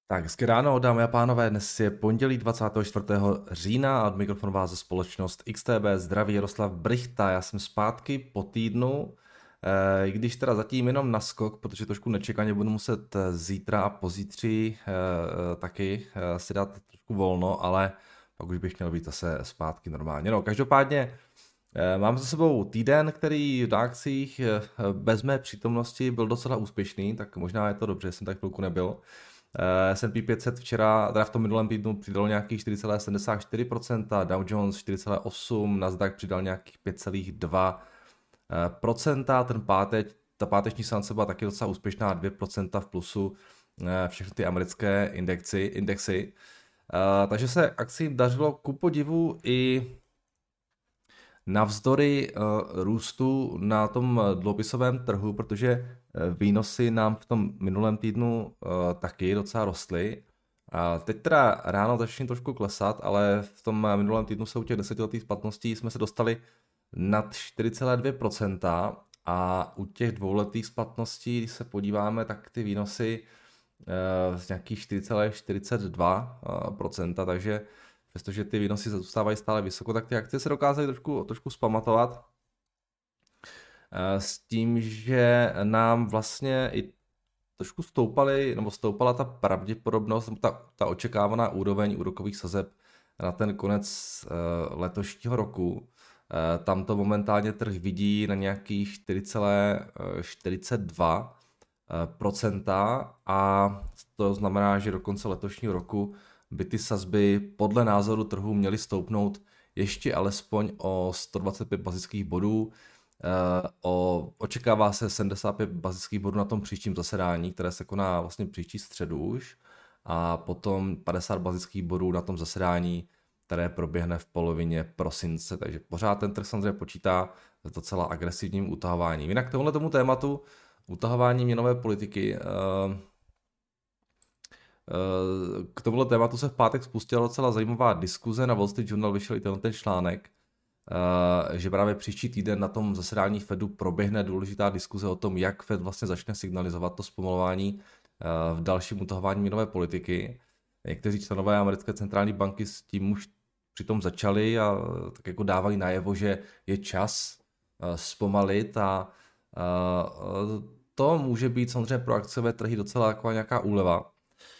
Tak, hezky ráno, dámy a pánové, dnes je pondělí 24. října a od mikrofonu vás ze společnost XTB zdraví Jaroslav Brychta. Já jsem zpátky po týdnu, i když teda zatím jenom na skok, protože trošku nečekaně budu muset zítra a pozítří taky si dát trošku volno, ale pak už bych měl být zase zpátky normálně. No, každopádně mám za sebou týden, který v akcích bez mé přítomnosti byl docela úspěšný, tak možná je to dobře, že jsem tak chvilku nebyl. S&P 500 včera, teda v tom minulém týdnu přidal nějakých 4,74%, Dow Jones 4,8%, Nasdaq přidal nějakých 5,2%, ta páteční seance byla taky docela úspěšná, 2% v plusu, všechny ty americké indexy. Takže se akcím dařilo ku podivu i navzdory růstu na tom dluhopisovém trhu, protože výnosy nám v tom minulém týdnu taky docela rostly. Teď teda ráno začíná trošku klesat, ale v tom minulém týdnu se u těch desetiletých splatností jsme se dostali nad 4,2% a u těch dvouletých splatností, když se podíváme, tak ty výnosy z nějakých 4,42%, takže přestože ty výnosy zůstávají stále vysoko, tak ty akcie se dokázaly trošku zpamatovat. S tím, že nám vlastně i trošku stoupala ta pravděpodobnost, ta očekávaná úroveň úrokových sazeb na ten konec letošního roku. Tam to momentálně trh vidí na nějakých 4,42% a to znamená, že do konce letošního roku by ty sazby podle názoru trhu měly stoupnout ještě alespoň o 125 bazických bodů. Očekává se 75 bazických bodů na tom příštím zasedání, které se koná vlastně příští středu už, a potom 50 bazických bodů na tom zasedání, které proběhne v polovině prosince, takže pořád ten trh samozřejmě počítá s docela agresivním utahováním. Jinak k tomu tématu utahování měnové politiky, k tomuto tématu se v pátek spustila docela zajímavá diskuze, na Wall Street Journal vyšel i ten článek, že právě příští týden na tom zasedání Fedu proběhne důležitá diskuze o tom, jak Fed vlastně začne signalizovat to zpomalování v dalším utahování měnové politiky. Někteří členové americké centrální banky s tím už přitom začali a tak jako dávají najevo, že je čas zpomalit a to může být samozřejmě pro akciové trhy docela taková nějaká úleva.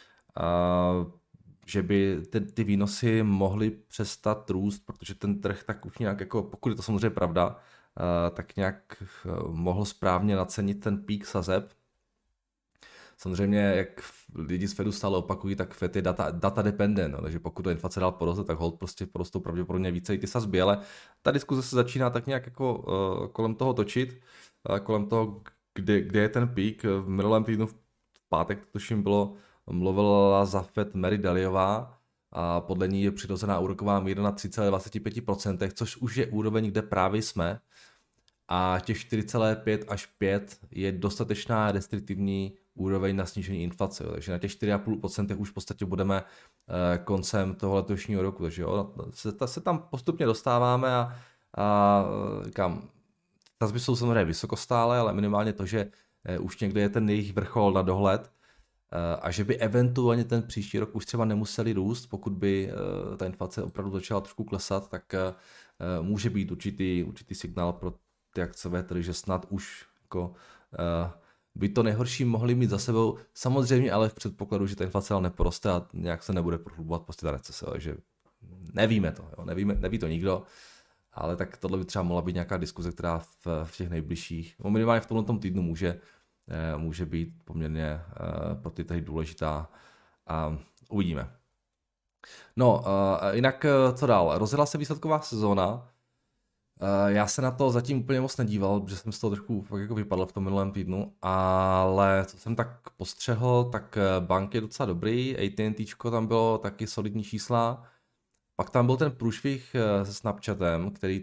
Že by ty výnosy mohly přestat růst, protože ten trh tak už nějak, jako, pokud je to samozřejmě pravda, tak nějak mohl správně nacenit ten pík sazeb. Samozřejmě, jak lidi z Fedu stále opakují, tak Fed je data dependent, no, takže pokud to inflace dál poroste, tak hold prostě porostou pravděpodobně více i ty sazby, ale ta diskuze se začíná tak nějak jako kolem toho točit, kolem toho, kde je ten pík. V minulém týdnu v pátek, tuším, mluvila za Fed Mary Dalyová a podle ní je přirozená úroková míra na 3,25%, což už je úroveň, kde právě jsme. A těch 4,5 až 5 je dostatečná restriktivní úroveň na snížení inflace. Takže na těch 4,5% už v podstatě budeme koncem toho letošního roku. Takže jo, se tam postupně dostáváme a říkám, sazby jsou samozřejmě vysokostále, ale minimálně to, že už někde je ten jejich vrchol na dohled, a že by eventuálně ten příští rok už třeba nemuseli růst, pokud by ta inflace opravdu začala trošku klesat, tak může být určitý signál pro ty akciové trhy, že snad už jako, by to nejhorší mohli mít za sebou, samozřejmě ale v předpokladu, že ta inflace neporoste a nějak se nebude prohlubovat prostě ta recese, takže nevíme to, jo, neví to nikdo, ale tak tohle by třeba mohla být nějaká diskuze, která v těch nejbližších, minimálně v tomto týdnu může být poměrně pro ty trhy důležitá a uvidíme. No, jinak co dál? Rozjela se výsledková sezóna. Já se na to zatím úplně moc nedíval, protože jsem z toho trošku jako vypadl v tom minulém týdnu, ale co jsem tak postřehl, tak bank je docela dobrý, AT&T tam bylo taky solidní čísla, pak tam byl ten průšvih se Snapchatem, který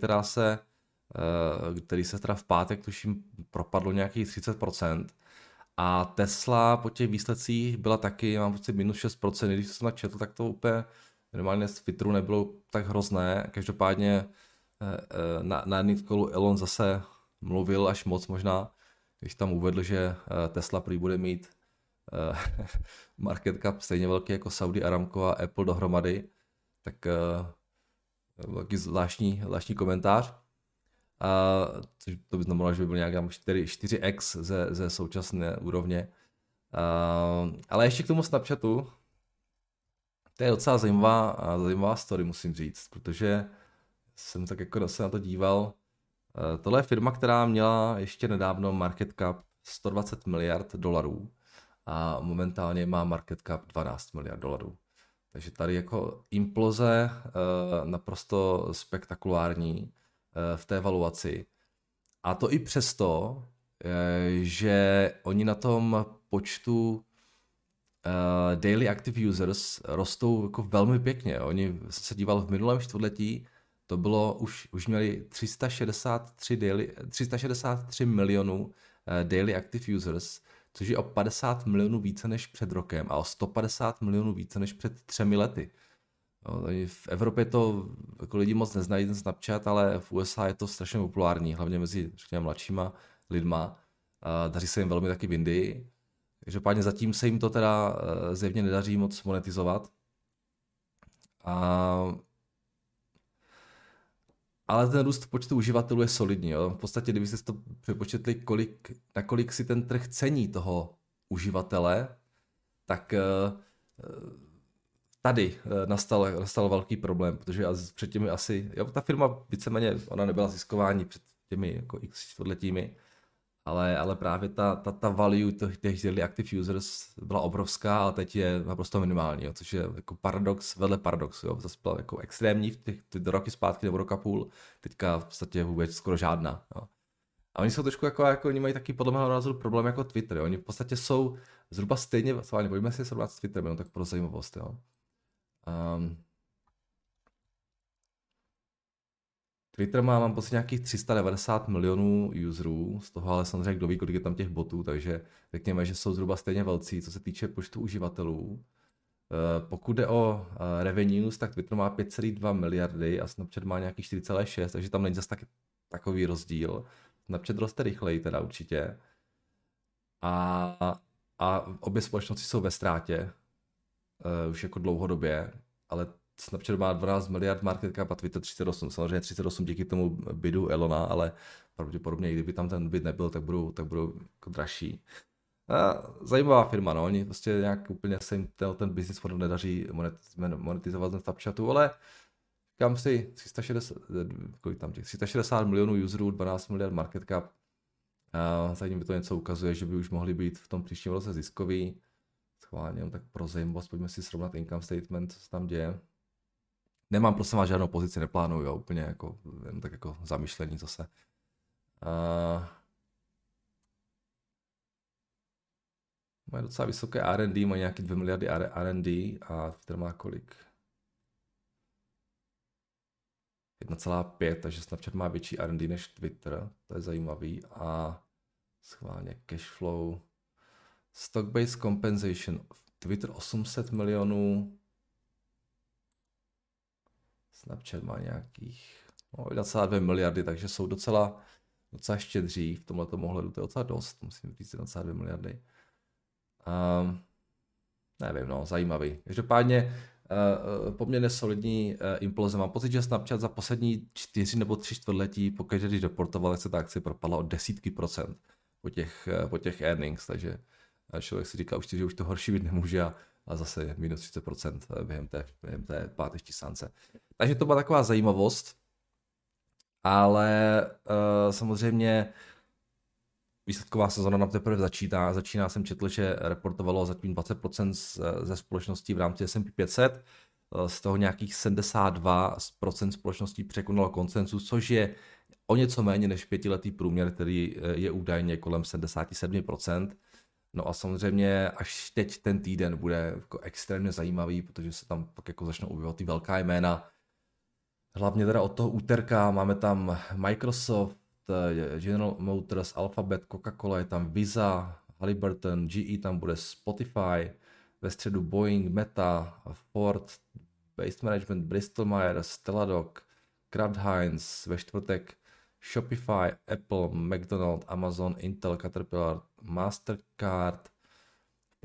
se teda v pátek tuším propadlo nějakých 30%. A Tesla po těch výsledcích byla taky, mám pocit, minus 6%, když jsem tak četl, tak to úplně normálně z Twitteru nebylo tak hrozné. Každopádně na Nitcolu Elon zase mluvil až moc možná, když tam uvedl, že Tesla prý bude mít market cap stejně velký jako Saudi Aramco a Apple dohromady, tak taky zvláštní komentář. Což to by znamenalo, že by byl nějak 4x ze současné úrovně. Ale ještě k tomu Snapchatu, to je docela zajímavá story, musím říct, protože jsem tak jako se na to díval. Tohle je firma, která měla ještě nedávno market cap 120 miliard dolarů a momentálně má market cap 12 miliard dolarů. Takže tady jako imploze naprosto spektakulární v té valuaci. A to i přesto, že oni na tom počtu daily active users rostou jako velmi pěkně. Oni se díval v minulém čtvrtletí, to bylo, už měli 363 milionů daily active users, což je o 50 milionů více než před rokem a o 150 milionů více než před 3 lety. No, v Evropě to jako lidi moc neznají ten Snapchat, ale v USA je to strašně populární, hlavně mezi řekněme mladšíma lidma. Daří se jim velmi taky v Indii. Každopádně zatím se jim to teda zjevně nedaří moc monetizovat. Ale ten růst počtu uživatelů je solidní. Jo. V podstatě, kdybyste si to přepočetli, nakolik si ten trh cení toho uživatele, tak tady nastal velký problém, protože před těmi ta firma víceméně, ona nebyla ziskování před těmi jako x čtvrtletími, ale právě ta value těch daily active users byla obrovská, ale teď je naprosto minimální, jo, což je jako paradox vedle paradoxu. Jo. Zase byla jako extrémní v ty roky zpátky nebo roka půl, teďka v podstatě vůbec skoro žádná. Jo. A oni jsou trošku jako oni mají taky podle mého názoru problém jako Twitter. Jo. Oni v podstatě jsou zhruba stejně, pojďme si srovnat s Twitterem, jenom tak pro zajímavost. Jo. Twitter mám pocit nějakých 390 milionů userů, z toho ale samozřejmě kdo ví, kolik je tam těch botů, takže řekněme, že jsou zhruba stejně velcí, co se týče počtu uživatelů. Pokud jde o revenues, tak Twitter má 5,2 miliardy a Snapchat má nějaký 4,6, takže tam není zase takový rozdíl. Snapchat roste rychleji teda určitě. A obě společnosti jsou ve ztrátě, už jako dlouhodobě, ale Snapchat má 12 miliard market cap a Twitter 38. Samozřejmě 38 díky tomu bidu Elona, ale pravděpodobně, kdyby tam ten bid nebyl, tak budou jako dražší. Zajímavá firma, no. Oni prostě nějak úplně se jim ten business model nedaří monetizovat na Snapchatu, ale říkám si 360 milionů userů, 12 miliard market cap. Zatím by to něco ukazuje, že by už mohli být v tom příštím roce ziskový. Schválně, tak pro zajímavost, pojďme si srovnat income statement, co se tam děje. Nemám prosím vás žádnou pozici, neplánuju, jo, úplně jako, jen tak jako zamyšlení zase. Mají docela vysoké R&D, mají nějaký 2 miliardy R&D a Twitter má kolik? 1,5, takže Snapchat má větší R&D než Twitter, to je zajímavý. A schválně cash flow, stock-based compensation, Twitter 800 milionů, Snapchat má nějakých 1,2 miliardy, takže jsou docela štědří v tomhletom ohledu, to je docela dost, musím říct 1,2 miliardy. Nevím, no, zajímavý. Každopádně poměrně solidní impulze. Mám pocit, že Snapchat za poslední 4 nebo 3 čtvrtletí, pokaždé, když reportoval, se ta akcie propadla o desítky procent po těch earnings, takže člověk si říká že už to horší být nemůže a zase minus 30% během té páté čísance. Takže to byla taková zajímavost, ale samozřejmě výsledková sezona nám teprve začíná. Jsem četl, že reportovalo zatím 20% ze společností v rámci S&P 500, z toho nějakých 72% společností překonalo konsensus, což je o něco méně než 5letý průměr, který je údajně kolem 77%. No a samozřejmě až teď ten týden bude jako extrémně zajímavý, protože se tam pak jako začnou objevovat ty velká jména. Hlavně teda od toho úterka máme tam Microsoft, General Motors, Alphabet, Coca-Cola, je tam Visa, Halliburton, GE tam bude, Spotify, ve středu Boeing, Meta, Ford, Waste Management, Bristol Myers, Teladoc, Kraft Heinz, ve čtvrtek Shopify, Apple, McDonald's, Amazon, Intel, Caterpillar, Mastercard, v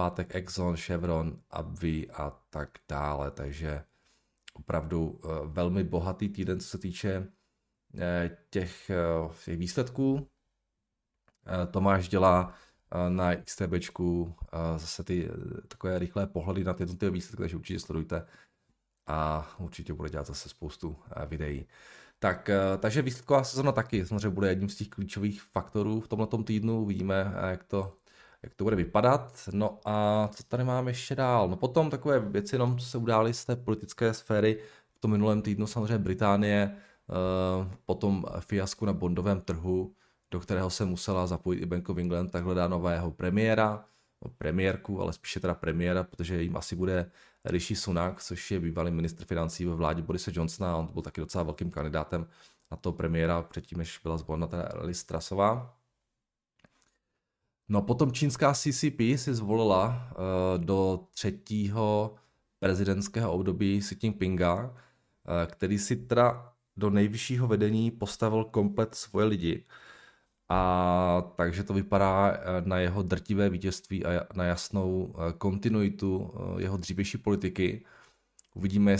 pátek Exxon, Chevron, AbbVie a tak dále, takže opravdu velmi bohatý týden, co se týče těch výsledků. Tomáš dělá na XTBčku zase ty takové rychlé pohledy na ty jednotlivé výsledky, takže určitě sledujte a určitě bude dělat zase spoustu videí. Takže výsledková sezona taky samozřejmě bude jedním z těch klíčových faktorů v tomhletom týdnu. Uvidíme, jak to bude vypadat. No a co tady máme ještě dál? No potom takové věci, jenom co se udály z té politické sféry v tom minulém týdnu, samozřejmě Británie, potom fiasko na bondovém trhu, do kterého se musela zapojit i Bank of England, tak hledá nového premiérku, ale spíše teda premiéra, protože jim asi bude Rishi Sunak, což je bývalý ministr financí ve vládě Borise Johnsona, on byl taky docela velkým kandidátem na toho premiéra, předtím, než byla zvolena ta Liz Trussová. No potom čínská CCP si zvolila do třetího prezidentského období Xi Jinpinga, který si teda do nejvyššího vedení postavil komplet svoje lidi. A takže to vypadá na jeho drtivé vítězství a na jasnou kontinuitu jeho dřívější politiky. Uvidíme,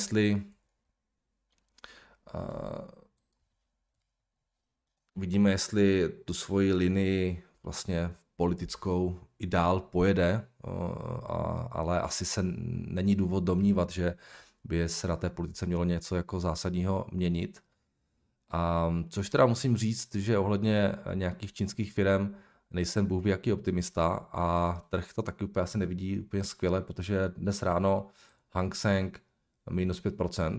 jestli tu svoji linii vlastně politickou i dál pojede, ale asi se není důvod domnívat, že by se na té politice mělo něco jako zásadního měnit. Což teda musím říct, že ohledně nějakých čínských firm nejsem bůh ví jaký optimista a trh to taky úplně asi nevidí úplně skvěle, protože dnes ráno Hang Seng minus 5%.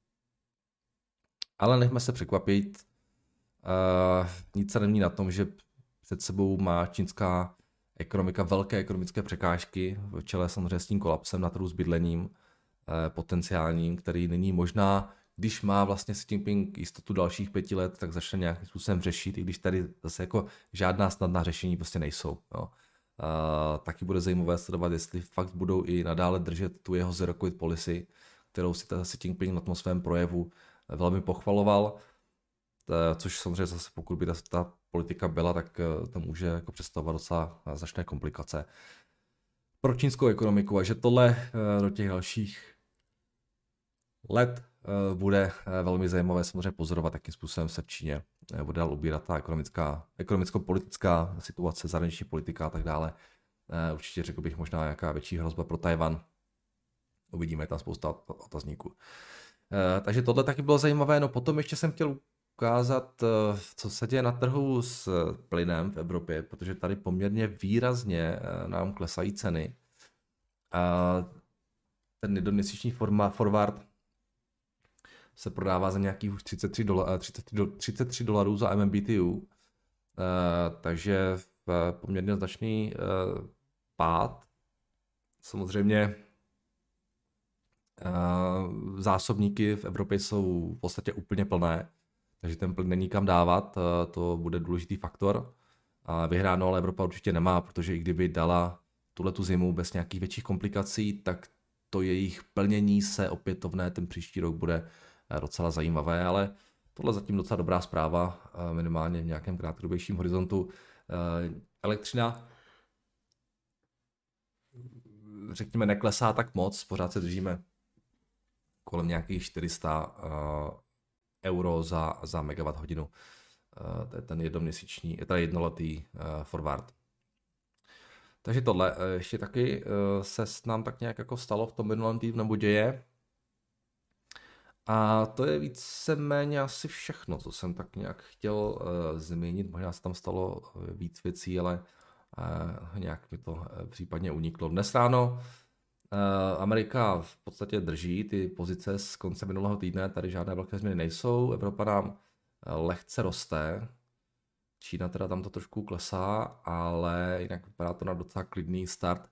Ale nechme se překvapit, nic se nemění na tom, že před sebou má čínská ekonomika velké ekonomické překážky, v čele samozřejmě s tím kolapsem na trhu s bydlením potenciálním, který není možná, když má vlastně Xi Jinping jistotu dalších 5 let, tak začne nějakým způsobem řešit, i když tady zase jako žádná snadná řešení prostě nejsou. Jo. Taky bude zajímavé sledovat, jestli fakt budou i nadále držet tu jeho zero covid policy, kterou si Xi Jinping na tom svém projevu velmi pochvaloval, což samozřejmě zase pokud by ta politika byla, tak to může jako představovat docela značné komplikace pro čínskou ekonomiku, a že tohle do těch dalších let bude velmi zajímavé samozřejmě pozorovat, jakým způsobem se v Číně bude dál ubírat ta ekonomicko-politická situace, zahraniční politika a tak dále. Určitě řekl bych možná nějaká větší hrozba pro Tajvan. Uvidíme, je tam spousta otazníků. Takže tohle taky bylo zajímavé. No potom ještě jsem chtěl ukázat, co se děje na trhu s plynem v Evropě, protože tady poměrně výrazně nám klesají ceny. Ten jednoměsíční forward se prodává za nějakých už $33 za MMBTU, takže poměrně značný pád. Samozřejmě zásobníky v Evropě jsou v podstatě úplně plné, takže ten plyn není kam dávat, to bude důležitý faktor. Vyhráno ale Evropa určitě nemá, protože i kdyby dala tuhletu zimu bez nějakých větších komplikací, tak to jejich plnění se opětovné ten příští rok bude docela zajímavé, ale tohle zatím docela dobrá zpráva, minimálně v nějakém krátkodobějším horizontu. Elektřina, řekněme, neklesá tak moc, pořád se držíme kolem nějakých 400 euro za megawatt hodinu. To je ten jednoměsíční, je tady jednoletý forward. Takže tohle ještě taky se nám tak nějak jako stalo v tom minulém týdnu nebo děje. A to je víceméně asi všechno, co jsem tak nějak chtěl zmínit. Možná se tam stalo víc věcí, ale nějak mi to případně uniklo. Dnes ráno Amerika v podstatě drží ty pozice z konce minulého týdne, tady žádné velké změny nejsou, Evropa nám lehce roste, Čína teda tam to trošku klesá, ale jinak vypadá to na docela klidný start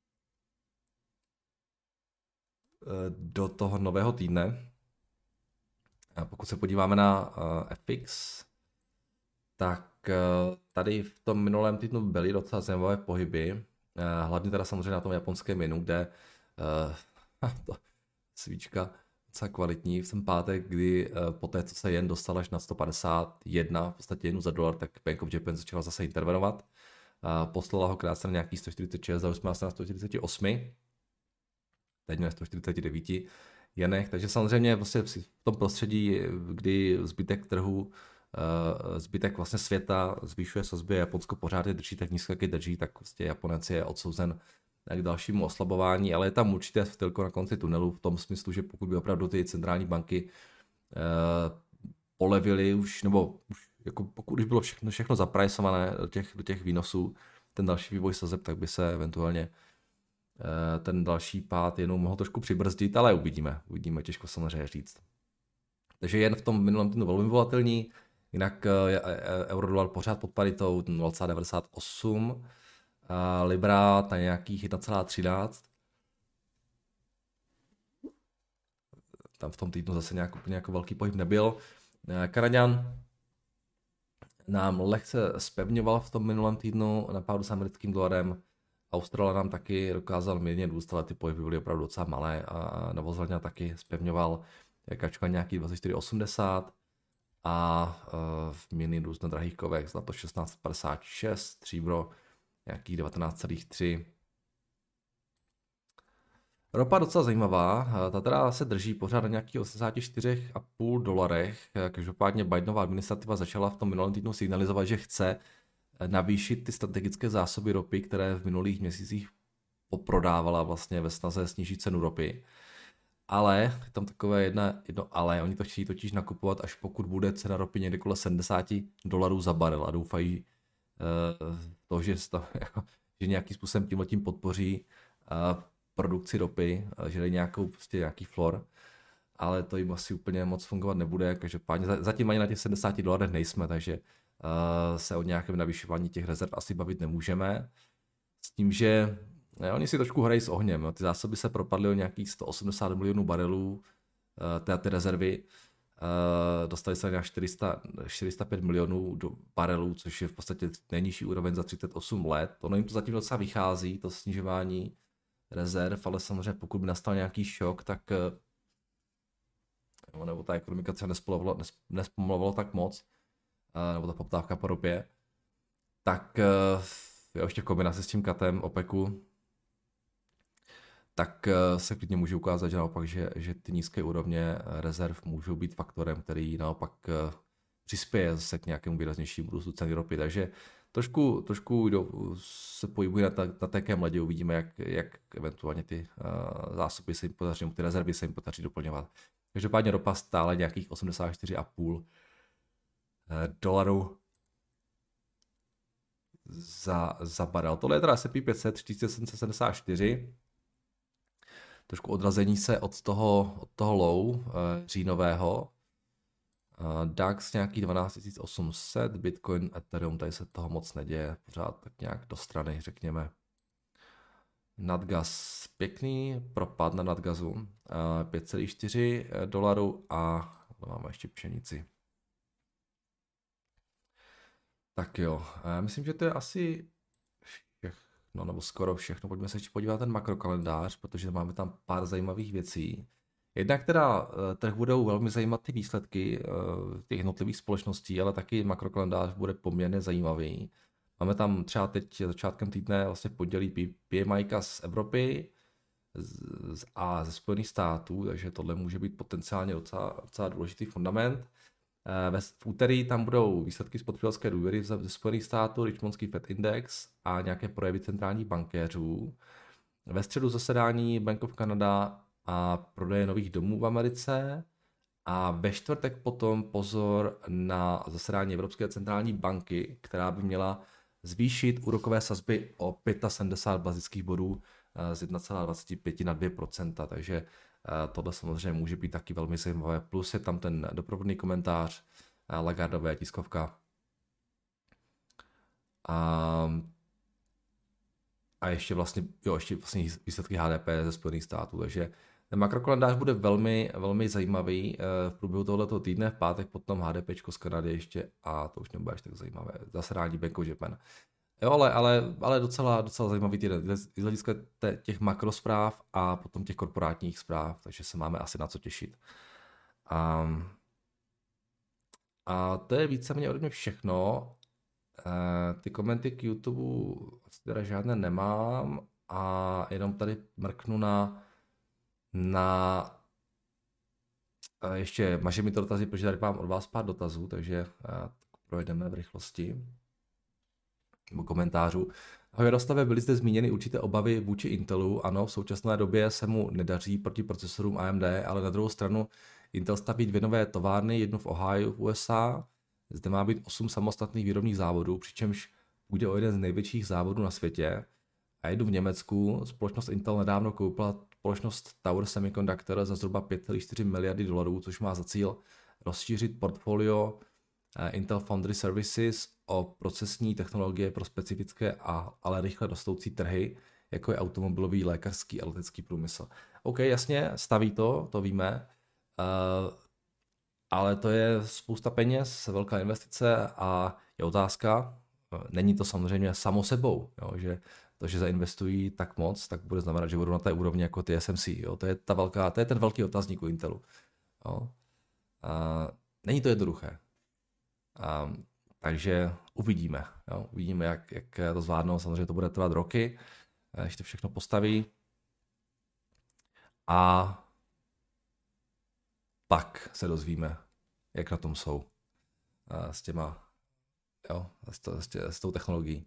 do toho nového týdne. A pokud se podíváme na FX, tak tady v tom minulém týdnu byly docela zajímavé pohyby, hlavně teda samozřejmě na tom japonském jenu, kde to svíčka docela kvalitní v ten pátek, kdy po té, co se jen dostal až na 151, v podstatě jenu za dolar, tak Bank of Japan začala zase intervenovat. poslala ho krátce na nějaký 146, dali jsme asi na 148, teď na 149 jenech, takže samozřejmě vlastně v tom prostředí, kdy zbytek trhu, zbytek vlastně světa zvyšuje sazby, Japonsko pořád je drží tak nízko, jak je drží, tak vlastně Japonec je odsouzen k dalšímu oslabování, ale je tam určité světelko na konci tunelu v tom smyslu, že pokud by opravdu ty centrální banky polevily už, nebo už jako pokud už bylo všechno zaprajsované do těch výnosů, ten další vývoj sazeb, tak by se eventuálně ten další pád jenom mohl trošku přibrzdit, ale uvidíme, těžko samozřejmě říct. Takže jen v tom minulém týdnu velmi volatilní, jinak euro-dolar pořád pod paritou 0,98, Libra na nějakých 1,13. Tam v tom týdnu zase nějak úplně jako velký pohyb nebyl. Kanaďan nám lehce zpevňoval v tom minulém týdnu na pádu s americkým dolarem. Australan nám taky dokázal mírně růst, ale ty pohyby byly opravdu docela malé a Novozéland taky zpevňoval kačka nějaký 24,80 a v mírný růst na drahých kovech zlato 16,56, stříbro nějakých 19,3. Ropa docela zajímavá, ta teda se drží pořád na nějakých $84,5. Každopádně Bidenova administrativa začala v tom minulém týdnu signalizovat, že chce navýšit ty strategické zásoby ropy, které v minulých měsících poprodávala vlastně ve snaze snížit cenu ropy. Ale, je tam takové jedno ale, oni to chtějí totiž nakupovat, až pokud bude cena ropy někde kolem $70 za barel a doufají to, že nějakým způsobem tím podpoří produkci ropy, že dají nějaký flor, ale to jim asi úplně moc fungovat nebude, každopádně zatím ani na těch $70 nejsme, takže se o nějakém navyšování těch rezerv asi bavit nemůžeme. S tím, že oni si trošku hrají s ohněm, ty zásoby se propadly o nějakých 180 milionů barelů, ty rezervy, dostali se na 405 milionů barelů, což je v podstatě nejnižší úroveň za 38 let. Ono jim to zatím docela vychází, to snižování rezerv, ale samozřejmě pokud by nastal nějaký šok, tak nebo ta ekonomika třeba nespomalovala tak moc, nebo ta poptávka po ropě, tak ještě v kombinaci s tím katem OPECu, tak se klidně může ukázat, že naopak, že ty nízké úrovně rezerv můžou být faktorem, který naopak přispěje zase k nějakému výraznějšímu růstu ceny ropy. Takže trošku se pohybují na tékém ledě, uvidíme, jak eventuálně ty zásoby se jim podaří, ty rezervy se jim podaří doplňovat. Každopádně ropa stále nějakých $84,5 za barel. Tohle je teda S&P 500 4774. Trošku odrazení se od toho low říjnového. DAX nějaký 12 800, Bitcoin, Ethereum, tady se toho moc neděje, pořád tak nějak do strany, řekněme. Nadgas pěkný propad na Nadgasu, $5,4 a máme ještě pšenici. Tak jo, myslím, že to je asi všechno, nebo skoro všechno. Pojďme se ještě podívat ten makrokalendář, protože máme tam pár zajímavých věcí. Jednak teda trh budou velmi zajímat ty výsledky těch jednotlivých společností, ale taky makrokalendář bude poměrně zajímavý. Máme tam třeba teď začátkem týdne vlastně v pondělí PMI z Evropy a ze Spojených států, takže tohle může být potenciálně docela důležitý fundament. V úterý tam budou výsledky spotřebitelské důvěry ze Spojených států, Richmondský Fed Index a nějaké projevy centrálních bankéřů. Ve středu zasedání Bank of Canada a prodeje nových domů v Americe. A ve čtvrtek potom pozor na zasedání Evropské centrální banky, která by měla zvýšit úrokové sazby o 75 bazických bodů z 1,25 na 2%, takže tohle samozřejmě může být taky velmi zajímavé. Plus je tam ten doprovodný komentář Lagardové tiskovka. A ještě vlastně výsledky HDP ze Spojených států, takže ten makrokalendář bude velmi, velmi zajímavý v průběhu tohoto týdne, v pátek potom HDP z Kanady ještě a to už nebude až tak zajímavé, zasedání Bank of Japan. Jo, ale docela zajímavý týden z hlediska těch makrospráv a potom těch korporátních zpráv, takže se máme asi na co těšit. A to je víceméně ode mě všechno. Ty komenty k YouTube teda žádné nemám a jenom tady mrknu na ještě maže mi to dotazy, protože tady mám od vás pár dotazů, takže projedeme v rychlosti nebo komentářů. Ahoj Jaroslave, byly zde zmíněny určité obavy vůči Intelu. Ano, v současné době se mu nedaří proti procesorům AMD, ale na druhou stranu Intel staví 2 nové továrny, jednu v Ohio v USA. Zde má být 8 samostatných výrobních závodů, přičemž půjde o jeden z největších závodů na světě. A jednu v Německu. Společnost Intel nedávno koupila společnost Tower Semiconductor za zhruba 5,4 miliardy dolarů, což má za cíl rozšířit portfolio Intel Foundry Services o procesní technologie pro specifické ale rychle rostoucí trhy, jako je automobilový, lékařský a letecký průmysl. OK, jasně, staví to víme, ale to je spousta peněz, velká investice a je otázka, není to samozřejmě samo sebou, jo, že to, že zainvestují tak moc, tak bude znamenat, že budou na té úrovni jako ty SMC. Jo. To je ten velký otazník u Intelu. Jo. Není to jednoduché. Takže uvidíme. Jo. Uvidíme, jak to zvládnou. Samozřejmě to bude trvat roky, když to všechno postaví. A pak se dozvíme, jak na tom jsou s těma, jo, s tou technologií.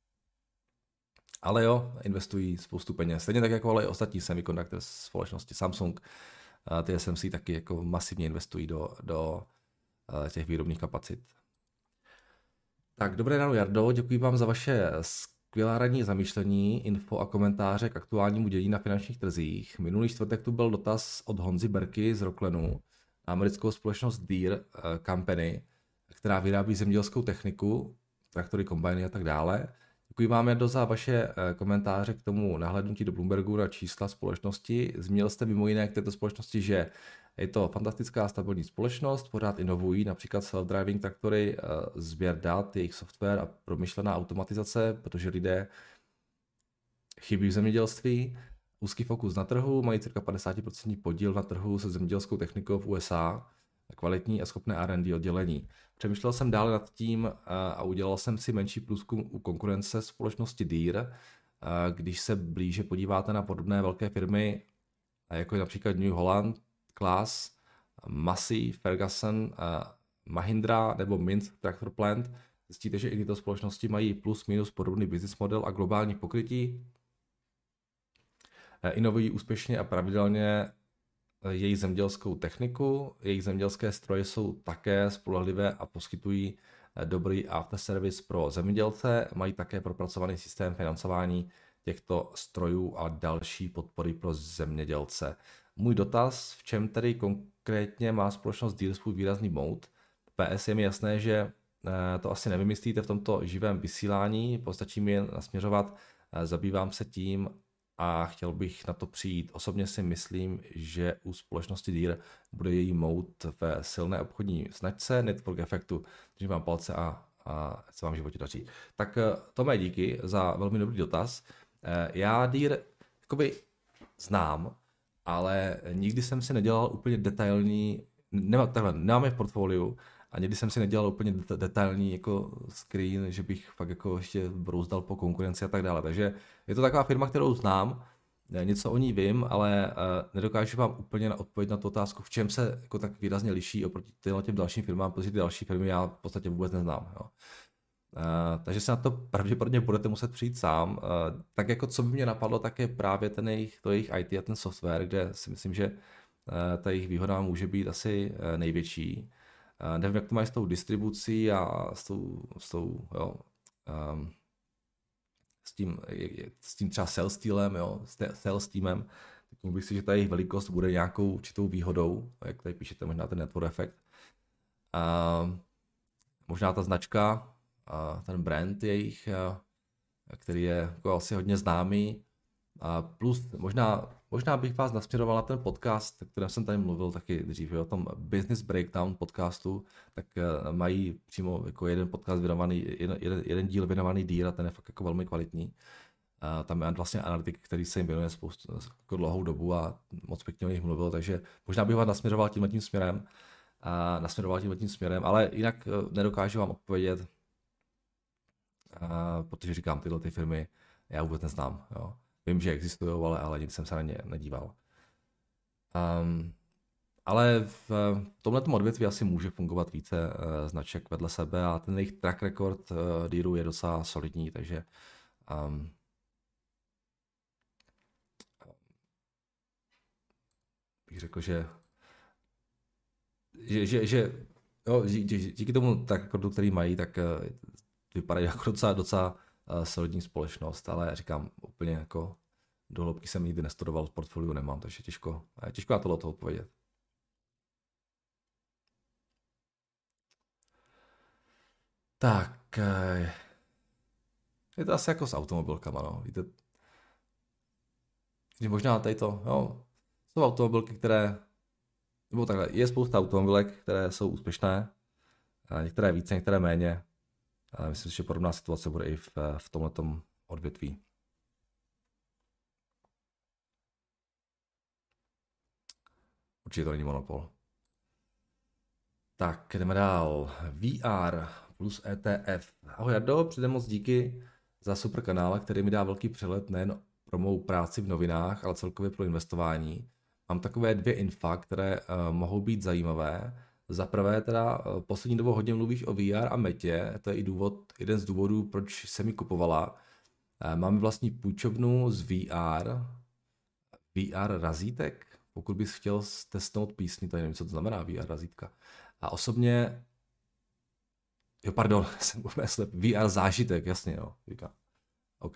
Ale jo, investují spoustu peněz. Stejně tak jako ale i ostatní semiconductor společnosti. Samsung, ty SMC taky jako masivně investují do těch výrobních kapacit. Tak, dobré ráno Jardo, děkuji vám za vaše skvělá ranní zamýšlení, info a komentáře k aktuálnímu dění na finančních trzích. Minulý čtvrtek tu byl dotaz od Honzy Berky z Rocklenu, americkou společnost Deere Company, která vyrábí zemědělskou techniku, traktory, kombajny a tak dále. Děkuji vám, Jardo, za vaše komentáře k tomu nahlédnutí do Bloombergu na čísla společnosti. Zmínil jste mimo jiné k této společnosti, že je to fantastická stabilní společnost, pořád inovují, například self-driving traktory, sběr dat, jejich software a promyšlená automatizace, protože lidé chybí v zemědělství. Úzký fokus na trhu, mají cirka 50% podíl na trhu se zemědělskou technikou v USA, kvalitní a schopné R&D oddělení. Přemýšlel jsem dále nad tím a udělal jsem si menší průzkum u konkurence společnosti Deere. Když se blíže podíváte na podobné velké firmy, jako je například New Holland, Claas, Massey, Ferguson, Mahindra nebo Mint Tractor Plant, zjistíte, že i tyto společnosti mají plus minus podobný business model a globální pokrytí. Inovují úspěšně a pravidelně jejich zemědělskou techniku, jejich zemědělské stroje jsou také spolehlivé a poskytují dobrý afterservice pro zemědělce, mají také propracovaný systém financování těchto strojů a další podpory pro zemědělce. Můj dotaz, v čem tedy konkrétně má společnost Deere svůj výrazný moat? PS je mi jasné, že to asi nevymyslíte v tomto živém vysílání, postačí mi jen nasměřovat, zabývám se tím a chtěl bych na to přijít. Osobně si myslím, že u společnosti Deere bude její moat ve silné obchodní značce, network efektu. Takže vám palce a se vám v životě daří. Tak Tome, díky za velmi dobrý dotaz. Já Deere jakoby znám, ale nikdy jsem si nedělal úplně detailní, nemám je v portfoliu, a nikdy jsem si nedělal úplně detailní jako screen, že bych fakt jako ještě brouzdal po konkurenci a tak dále. Takže je to taková firma, kterou znám, něco o ní vím, ale nedokážu vám úplně odpovědět na tu otázku, v čem se jako tak výrazně liší oproti těm dalším firmám, protože ty další firmy já v podstatě vůbec neznám. Jo. Takže se na to pravděpodobně budete muset přijít sám. Tak jako co by mě napadlo, tak je právě to jejich IT a ten software, kde si myslím, že ta jejich výhoda může být asi největší. Nevím, jak to mají s tou distribucí a s tím třeba sales týmem, sales týmem, tak bych si, že ta jejich velikost bude nějakou určitou výhodou, jak tady píšete, možná ten network efekt. Možná ta značka, ten brand jejich, který je jako asi hodně známý. Plus možná bych vás nasměroval na ten podcast, o kterém jsem tady mluvil taky dřív, o tom Business Breakdown podcastu, tak mají přímo jako jeden podcast věnovaný, jeden díl věnovaný Deere a ten je fakt jako velmi kvalitní. Tam je vlastně analytik, který se jim věnuje spoustu jako dlouhou dobu a moc pěkně o nich mluvil, takže možná bych vás nasměroval tímhletím směrem, ale jinak nedokážu vám odpovědět protože říkám, tyhle ty firmy já vůbec neznám. Jo. Vím, že existují, ale nic jsem se na ně nedíval. Ale v tomhletom odvětví asi může fungovat více značek vedle sebe a ten jejich track record díru je docela solidní, takže bych řekl, že jo, díky tomu track recordu, který mají, tak vypadají jako docela solidní společnost, ale říkám, úplně jako do hloubky jsem nikdy nestudoval, v portfoliu nemám, takže těžko na tohle odpovědět. Tak, je to asi jako s automobilkama, no. Víte, že možná tady to, jo, jsou automobilky, které, nebo takhle, je spousta automobilek, které jsou úspěšné, některé více, některé méně. Myslím si, že podobná situace bude i v tomhletom odvětví. Určitě to není monopol. Tak, jdeme dál. VR plus ETF. Ahoj Jardo, předem moc díky za super kanál, který mi dá velký přehled nejen pro mou práci v novinách, ale celkově pro investování. Mám takové 2 infa, které mohou být zajímavé. Za prvé teda poslední dobou hodně mluvíš o VR a metě, to je i jeden z důvodů, proč jsem ji kupovala. Máme vlastní půjčovnu z VR razítek, pokud bys chtěl testnout písni, to nevím, co to znamená VR razítka. A osobně, jo pardon, jsem úplně slep, VR zážitek, jasně jo, říká. OK.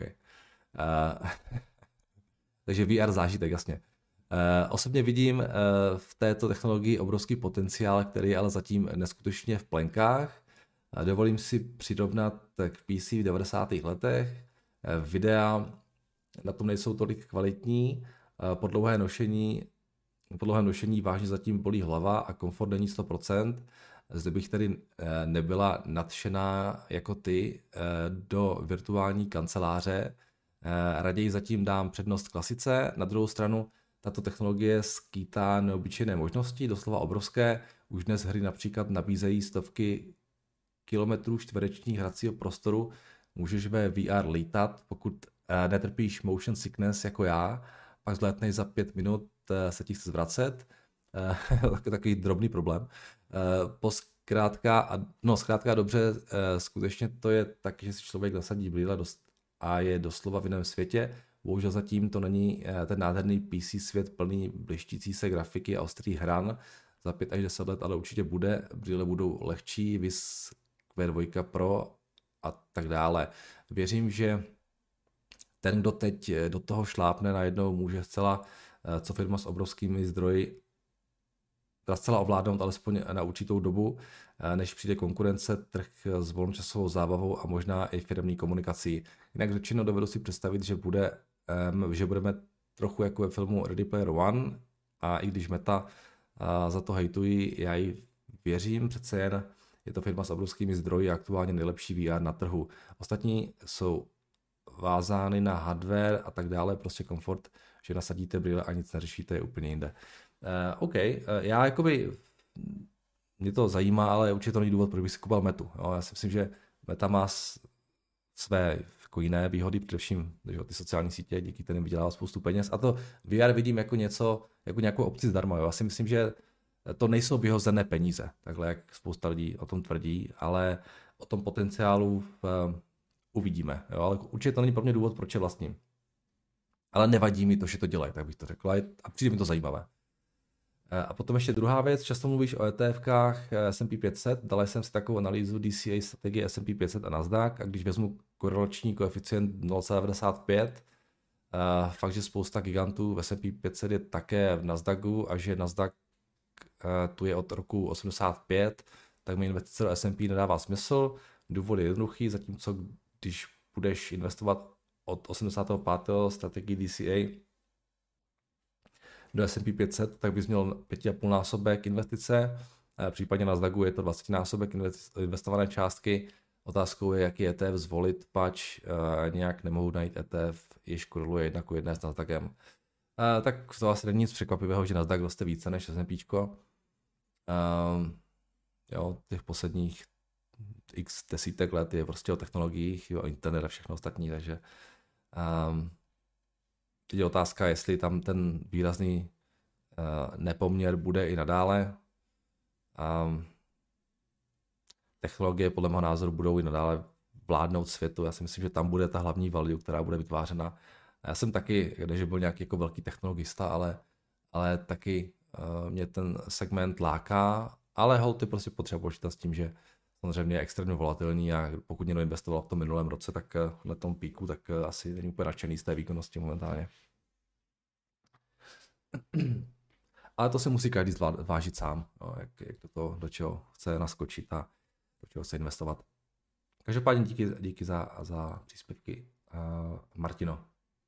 Takže VR zážitek, jasně. Osobně vidím v této technologii obrovský potenciál, který je ale zatím neskutečně v plenkách. Dovolím si přirovnat k PC v 90. letech. Videa na tom nejsou tolik kvalitní, po dlouhé nošení vážně zatím bolí hlava a komfort není 100%. Zde bych tedy nebyla nadšená jako ty do virtuální kanceláře. Raději zatím dám přednost klasice. Na druhou stranu tato technologie skýtá neobyčejné možnosti, doslova obrovské. Už dnes hry například nabízejí stovky kilometrů čtverečních hracího prostoru. Můžeš ve VR lítat, pokud netrpíš motion sickness jako já, pak zlétnej za 5 minut, se ti chce zvracet. Takový drobný problém. Zkrátka dobře, skutečně to je tak, že si člověk nasadí brýle a je doslova v jiném světě. Bohužel zatím to není ten nádherný PC svět plný bleštící se grafiky a ostrý hran za 5 až 10 let, ale určitě bude. Brýle budou lehčí, vis Q2 Pro a tak dále. Věřím, že ten, kdo teď do toho šlápne, najednou může co firma s obrovskými zdroji, zcela ovládnout alespoň na určitou dobu, než přijde konkurence, trh s volnočasovou zábavou a možná i firemní komunikací. Jinak řečeno dovedu si představit, že budeme trochu jako ve filmu Ready Player One, a i když Meta za to hejtují, já jí věřím, přece jen je to firma s obrovskými zdroji a aktuálně nejlepší VR na trhu. Ostatní jsou vázány na hardware a tak dále, prostě komfort, že nasadíte brýle a nic neřešíte, je úplně jinde. OK, já jakoby, mě to zajímá, ale určitě to není důvod, proč bych si kupoval Metu. Jo, já si myslím, že Meta má své jako jiné výhody, především že ty sociální sítě, díky kterým vydělává spoustu peněz. A to VR vidím jako něco, jako nějakou opci zdarma. Jo. Já si myslím, že to nejsou vyhozené peníze, takhle jak spousta lidí o tom tvrdí, ale o tom potenciálu uvidíme. Jo. Ale určitě to není pro mě důvod, proč je vlastním. Ale nevadí mi to, že to dělají, tak bych to řekl. A přijde mi to zajímavé. A potom ještě druhá věc, často mluvíš o ETFkách S&P 500, dal jsem si takovou analýzu DCA strategie S&P 500 a Nasdaq a když vezmu korelační koeficient 0,95, fakt, že spousta gigantů v S&P 500 je také v Nasdaqu a že Nasdaq tu je od roku 85, tak mi investice do S&P nedává smysl. Důvod je jednoduchý, zatímco když budeš investovat od 85. strategii DCA do S&P 500, tak bys měl 5,5 násobek investice, případně na Nasdaqu je to 20 násobek investované částky. Otázkou je, jaký ETF zvolit, pač nějak nemohu najít ETF, jež koreluje 1:1 s Nasdaqem. Tak to asi není nic překvapivého, že Nasdaq roste více než S&P. Jo, těch posledních x desítek let je prostě o technologiích, o internet a všechno ostatní, takže teď je otázka, jestli tam ten výrazný nepoměr bude i nadále. Technologie podle mého názoru budou i nadále vládnout světu. Já si myslím, že tam bude ta hlavní value, která bude vytvářena. Já jsem taky, že byl nějaký jako velký technologista, ale taky mě ten segment láká, ale holt je prostě potřeba počítat s tím, že samozřejmě je extrémně volatilní a pokud někdo investoval v tom minulém roce, tak na tom píku, tak asi není úplně nadšený z té výkonnosti momentálně. Ale to se musí každý zvážit sám, no, jak do čeho chce naskočit a do čeho chce investovat. Každopádně díky za příspěvky. Martino.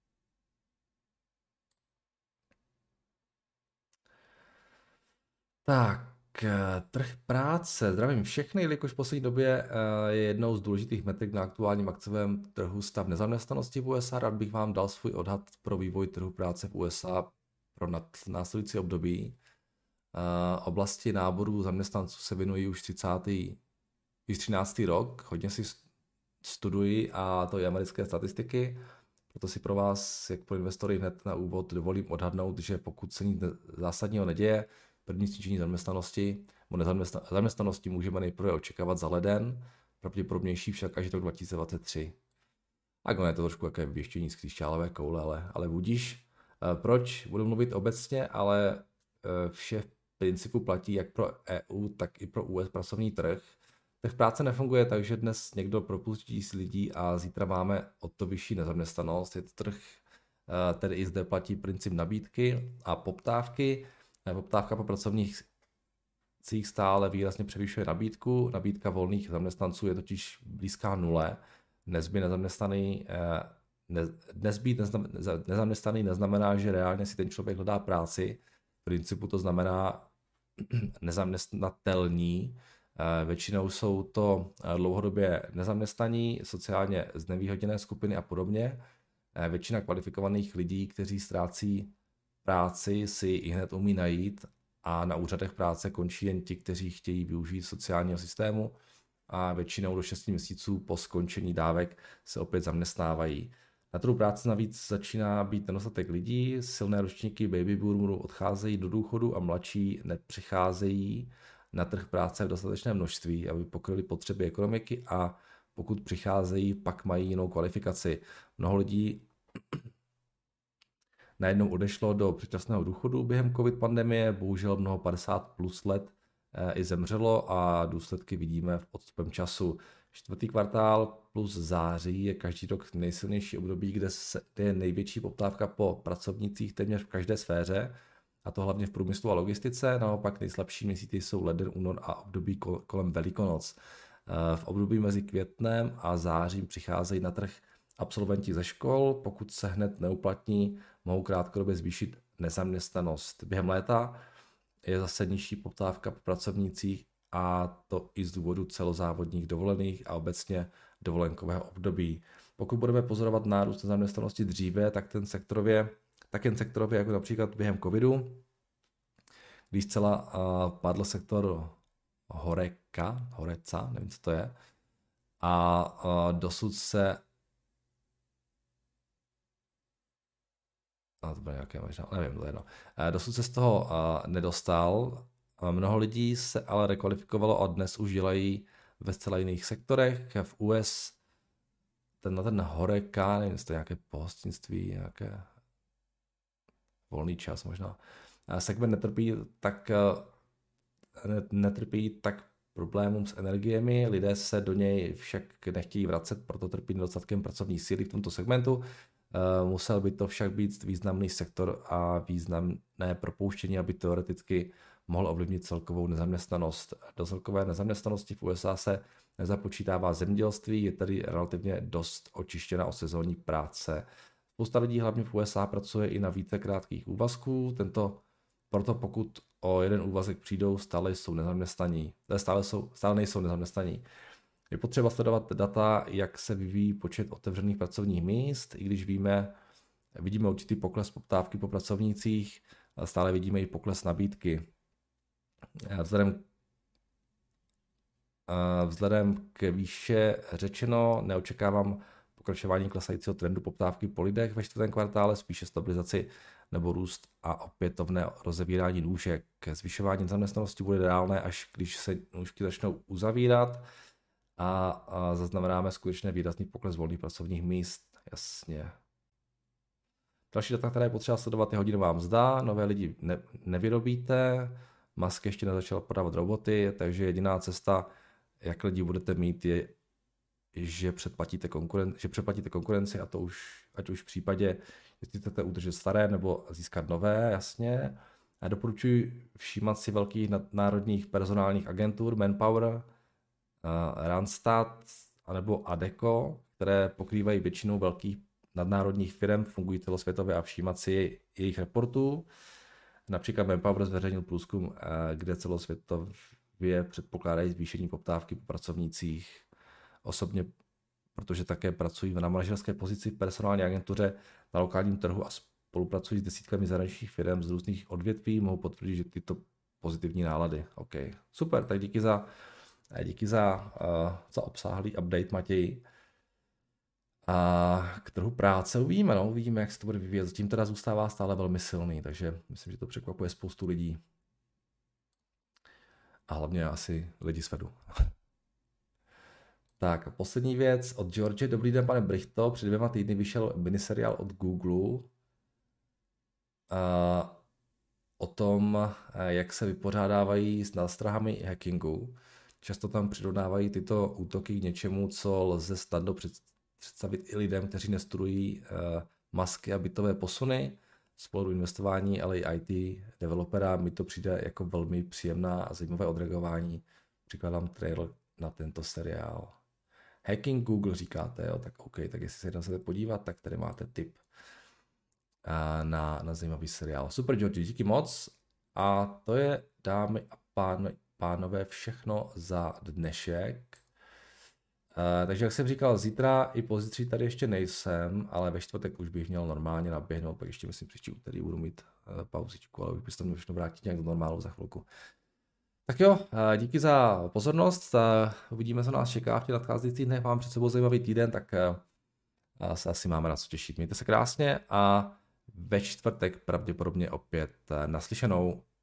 Tak, trh práce. Zdravím všechny, jelikož v poslední době je jednou z důležitých metrik na aktuálním akciovém trhu stav nezaměstnanosti v USA. Rád bych vám dal svůj odhad pro vývoj trhu práce v USA pro následující období. Oblasti náboru zaměstnanců se věnují už 13. rok. Hodně si studuji a to je americké statistiky. Proto si pro vás, jak pro investory, hned na úvod dovolím odhadnout, že pokud se nic zásadního neděje, první snížení zaměstnanosti můžeme nejprve očekávat za leden, pravděpodobnější však až rok 2023. Tak ono je to trošku jaké věštění z křišťálové koule, ale budíš. Proč? Budu mluvit obecně, ale vše v principu platí jak pro EU, tak i pro US pracovní trh. Trh práce nefunguje tak, že dnes někdo propustí z lidí a zítra máme o to vyšší nezaměstnanost. Je to trh, tedy i zde platí princip nabídky a poptávky. Poptávka po pracovních stále výrazně převyšuje nabídku. Nabídka volných zaměstnanců je totiž blízká nule. Dnes být nezaměstnaný neznamená, že reálně si ten člověk hledá práci. V principu to znamená nezaměstnatelní. Většinou jsou to dlouhodobě nezaměstnaní, sociálně znevýhodněné skupiny a podobně. Většina kvalifikovaných lidí, kteří ztrácí práci, si i hned umí najít a na úřadech práce končí jen ti, kteří chtějí využít sociálního systému a většinou do 6 měsíců po skončení dávek se opět zaměstnávají. Na trhu práce navíc začíná být nedostatek lidí, silné ročníky baby boomerů odcházejí do důchodu a mladší nepřicházejí na trh práce v dostatečné množství, aby pokryli potřeby ekonomiky a pokud přicházejí, pak mají jinou kvalifikaci. Mnoho lidí najednou odešlo do předčasného důchodu během covid pandemie, bohužel mnoho 50 plus let i zemřelo a důsledky vidíme v odstupem času. Čtvrtý kvartál plus září je každý rok nejsilnější období, kde je největší poptávka po pracovnících téměř v každé sféře, a to hlavně v průmyslu a logistice. Naopak nejslabší měsíce jsou leden, únor a období kolem Velikonoc. V období mezi květnem a zářím přicházejí na trh absolventi ze škol. Pokud se hned neuplatní, mohou krátkodobě zvýšit nezaměstnanost. Během léta je zase nižší poptávka po pracovnících a to i z důvodu celozávodních dovolených a obecně dovolenkového období. Pokud budeme pozorovat nárůst nezaměstnanosti dříve, tak jen sektorově, jako například během covidu, když zcela padl sektor Horeca, nevím, co to je, a dosud se to bude nějaké možná, nevím, to je jedno. Dosud se z toho nedostal. Mnoho lidí se ale rekvalifikovalo a dnes už dělají ve zcela jiných sektorech. V US ten Horeca, nevím, jestli to je nějaké pohostinství, nějaké volný čas možná. Segment netrpí tak problémům s energiemi, lidé se do něj však nechtějí vracet, proto trpí nedostatkem pracovní síly v tomto segmentu. Musel by to však být významný sektor a významné propouštění, aby teoreticky mohl ovlivnit celkovou nezaměstnanost. Do celkové nezaměstnanosti v USA se nezapočítává zemědělství, je tedy relativně dost očištěna o sezónní práce. Spousta lidí hlavně v USA pracuje i na více krátkých úvazků, proto pokud o jeden úvazek přijdou, stále nejsou nezaměstnaní. Je potřeba sledovat data, jak se vyvíjí počet otevřených pracovních míst, i když vidíme určitý pokles poptávky po pracovnících, stále vidíme i pokles nabídky. Vzhledem Vzhledem k výše řečeno neočekávám pokračování klesajícího trendu poptávky po lidech ve čtvrtém kvartále, spíše stabilizaci nebo růst a opětovné rozevírání nůžek. Zvyšování zaměstnanosti bude reálné, až když se nůžky začnou uzavírat a zaznamenáme skutečně výrazný pokles volných pracovních míst. Jasně. Další data, které je potřeba sledovat, je hodinová mzda. Nové lidi nevyrobíte, Musk ještě nezačal podávat roboty, takže jediná cesta, jak lidi budete mít, je, že přeplatíte konkurenci, a to už, ať už v případě, jestli chcete udržet staré nebo získat nové, jasně. A doporučuji všímat si velkých národních personálních agentur, Manpower, Randstad anebo Adecco, které pokrývají většinou velkých nadnárodních firm, fungují celosvětově, a všímat si jejich reportů. Například Manpower zveřejnil průzkum, kde celosvětově předpokládají zvýšení poptávky po pracovnících. Osobně, protože také pracují na manažerské pozici v personální agentuře na lokálním trhu a spolupracují s desítkami zahraničních firm z různých odvětví, mohou potvrdit, že tyto pozitivní nálady. OK, super, tak díky za obsáhlý update, Matěj. A k trhu práce uvidíme, jak se to bude vyvíjet. Zatím teda zůstává stále velmi silný, takže myslím, že to překvapuje spoustu lidí. A hlavně asi lidi z Fedu. Tak, poslední věc od George. Dobrý den, pane Brichto. Před 2 týdny vyšel miniseriál od Google o tom, jak se vypořádávají s nástrahami hackingu. Často tam přirovnávají tyto útoky k něčemu, co lze snadno představit i lidem, kteří nestudují masky a bytové posuny. Z pohledu investování, ale i IT developera mi to přijde jako velmi příjemná a zajímavé odreagování. Přikládám trailer na tento seriál. Hacking Google říkáte, jo? Tak OK, tak jestli se jednou chcete podívat, tak tady máte tip na zajímavý seriál. Super, George, díky moc. A to je, dámy a pánové, všechno za dnešek. Takže jak jsem říkal, zítra i pozítří tady ještě nejsem, ale ve čtvrtek už bych měl normálně naběhnout, pak ještě myslím příští úterý budu mít pauzičku, ale už byste měl všechno vrátit nějak do normálu za chvilku. Tak jo, díky za pozornost, uvidíme, co nás čeká v těch nadcházejících dnech, mám před sebou zajímavý týden, tak se asi máme na co těšit. Mějte se krásně a ve čtvrtek pravděpodobně opět naslyšenou.